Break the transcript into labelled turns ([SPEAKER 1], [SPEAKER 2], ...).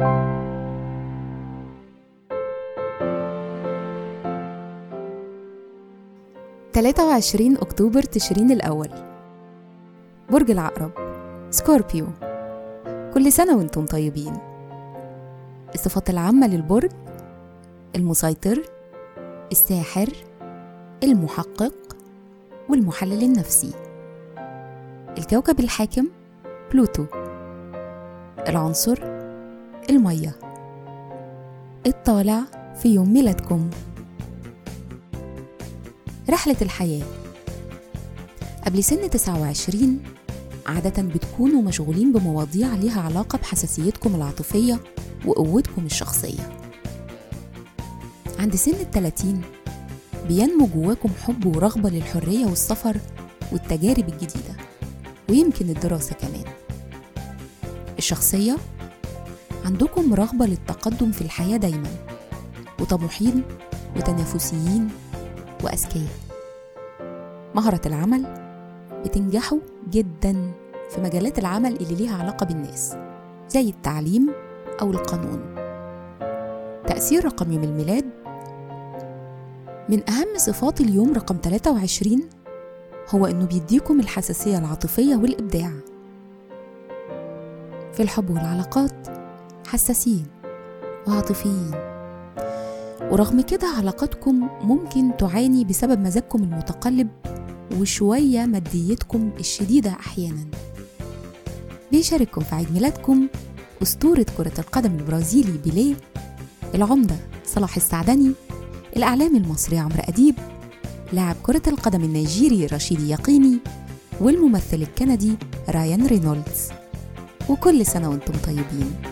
[SPEAKER 1] 23 أكتوبر تشرين الأول. برج العقرب، سكوربيو. كل سنة وانتم طيبين. الصفات العامة للبرج: المسيطر، الساحر، المحقق، والمحلل النفسي. الكوكب الحاكم بلوتو. العنصر المية. الطالع في يوم ميلادكم. رحلة الحياة: قبل سن 29 عادة بتكونوا مشغولين بمواضيع ليها علاقة بحساسيتكم العاطفية وقوتكم الشخصية. عند سن 30 بينمو جواكم حب ورغبة للحرية والسفر والتجارب الجديدة، ويمكن الدراسة كمان. الشخصية: عندكم رغبة للتقدم في الحياة دايما، وطموحين وتنافسيين وأذكياء. مهارة العمل: بتنجحوا جدا في مجالات العمل اللي ليها علاقة بالناس زي التعليم أو القانون. تأثير رقم يوم الميلاد: من أهم صفات اليوم رقم 23 هو إنه بيديكم الحساسية العاطفية والإبداع. في الحب والعلاقات حساسين وعاطفيين، ورغم كده علاقاتكم ممكن تعاني بسبب مزاجكم المتقلب وشوية ماديتكم الشديدة أحيانا. بيشارككم في عيد ميلادكم أسطورة كرة القدم البرازيلي بيليه، العمدة صلاح السعدني، الإعلامي المصري عمرو أديب، لاعب كرة القدم النيجيري رشيدي يقيني، والممثل الكندي رايان رينولدز. وكل سنة وانتم طيبين.